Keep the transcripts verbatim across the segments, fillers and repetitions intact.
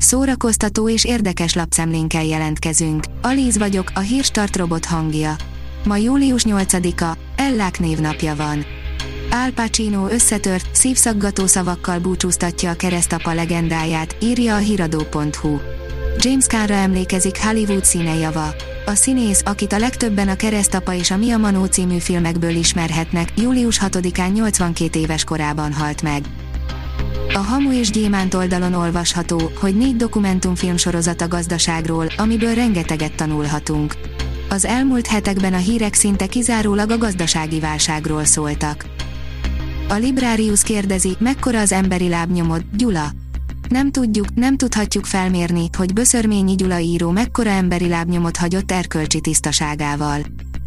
szórakoztató és érdekes lapszemlénkkel jelentkezünk. Alíz vagyok, a Hírstart robot hangja. Ma július nyolcadika, Ellák névnapja van. Al Pacino összetört, szívszaggató szavakkal búcsúztatja a keresztapa legendáját, írja a hiradó pont hu. James Caanra emlékezik Hollywood színejava. A színész, akit a legtöbben a Keresztapa és a Mia Manó című filmekből ismerhetnek, július hatodikán nyolcvankét éves korában halt meg. A Hamu és Gyémánt oldalon olvasható, hogy négy dokumentumfilm sorozat a gazdaságról, amiből rengeteget tanulhatunk. Az elmúlt hetekben a hírek szinte kizárólag a gazdasági válságról szóltak. A Librarius kérdezi, mekkora az emberi lábnyomod, Gyula? Nem tudjuk, nem tudhatjuk felmérni, hogy Böszörményi Gyula író mekkora emberi lábnyomot hagyott erkölcsi tisztaságával.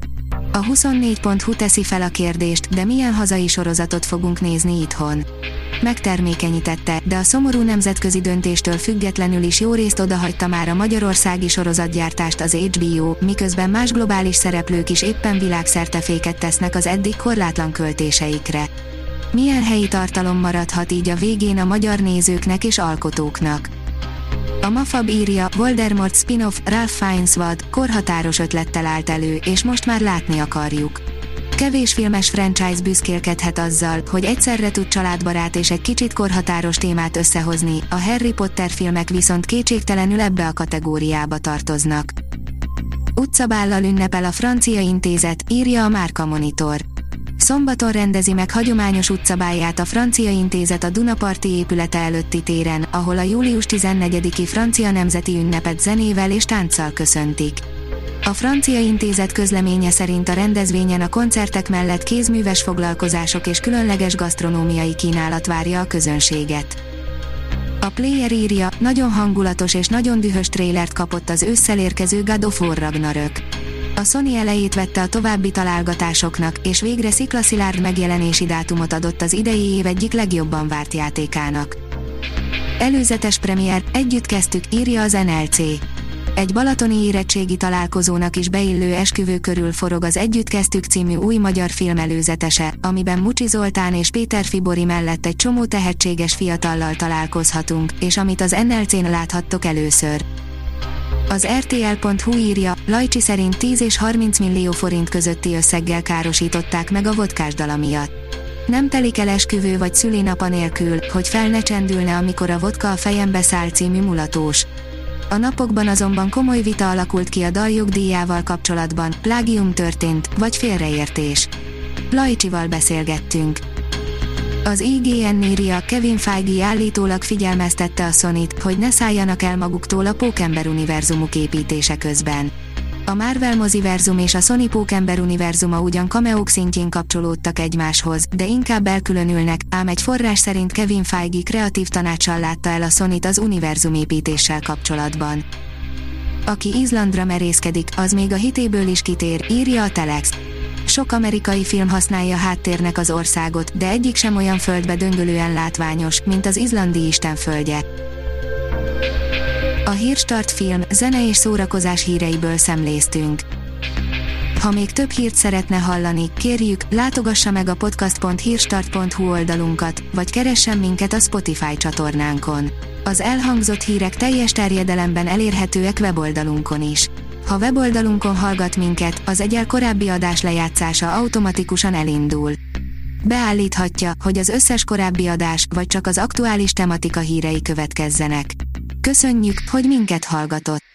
A huszonnégy pont hu teszi fel a kérdést, de milyen hazai sorozatot fogunk nézni itthon? Megtermékenyítette, de a szomorú nemzetközi döntéstől függetlenül is jó részt odahagyta már a magyarországi sorozatgyártást az há bé o, miközben más globális szereplők is éppen világszerte féket tesznek az eddig korlátlan költéseikre. Milyen helyi tartalom maradhat így a végén a magyar nézőknek és alkotóknak? A Mafab írja, Voldemort spin-off, Ralph Fiennes vad, korhatáros ötlettel állt elő, és most már látni akarjuk. Kevés filmes franchise büszkélkedhet azzal, hogy egyszerre tud családbarát és egy kicsit korhatáros témát összehozni, a Harry Potter filmek viszont kétségtelenül ebbe a kategóriába tartoznak. Utcabállal ünnepel a Francia Intézet, írja a Márka Monitor. Szombaton rendezi meg hagyományos utcabálját a Francia Intézet a Dunaparti épülete előtti téren, ahol a július tizennegyediki francia nemzeti ünnepet zenével és tánccal köszöntik. A Francia Intézet közleménye szerint a rendezvényen a koncertek mellett kézműves foglalkozások és különleges gasztronómiai kínálat várja a közönséget. A Player írja, nagyon hangulatos és nagyon dühös trélert kapott az ősszel érkező God of War Ragnarök. A Sony elejét vette a további találgatásoknak, és végre sziklaszilárd megjelenési dátumot adott az idei év egyik legjobban várt játékának. Előzetes premier, együtt kezdtük, írja az en el cé. Egy balatoni érettségi találkozónak is beillő esküvő körül forog az Együtt kezdtük című új magyar film előzetese, amiben Mucsi Zoltán és Péter Fibori mellett egy csomó tehetséges fiatallal találkozhatunk, és amit az en el cén láthattok először. Az er té el pont hu írja, Lajcsi szerint tíz és harminc millió forint közötti összeggel károsították meg a vodkás dala miatt. Nem telik el esküvő vagy szülinap anélkül, hogy fel ne csendülne, amikor a vodka a fejembe száll című mulatós. A napokban azonban komoly vita alakult ki a dal jogdíjával kapcsolatban, plágium történt, vagy félreértés. Lajcsival beszélgettünk. Az i gé en írja, Kevin Feige állítólag figyelmeztette a Sony-t, hogy ne szálljanak el maguktól a Pókember univerzumuk építése közben. A Marvel moziverzum és a Sony Pókember univerzuma ugyan cameók szintjén kapcsolódtak egymáshoz, de inkább elkülönülnek, ám egy forrás szerint Kevin Feige kreatív tanácssal látta el a Sony-t az univerzumépítéssel kapcsolatban. Aki Izlandra merészkedik, az még a hitéből is kitér, írja a Telex. Sok amerikai film használja háttérnek az országot, de egyik sem olyan földbe döngölően látványos, mint az izlandi istenföldje. A Hírstart film, zene és szórakozás híreiből szemléztünk. Ha még több hírt szeretne hallani, kérjük, látogassa meg a podcast pont hírstart pont hu oldalunkat, vagy keressen minket a Spotify csatornánkon. Az elhangzott hírek teljes terjedelemben elérhetőek weboldalunkon is. Ha weboldalunkon hallgat minket, az egyel korábbi adás lejátszása automatikusan elindul. Beállíthatja, hogy az összes korábbi adás, vagy csak az aktuális tematika hírei következzenek. Köszönjük, hogy minket hallgatott!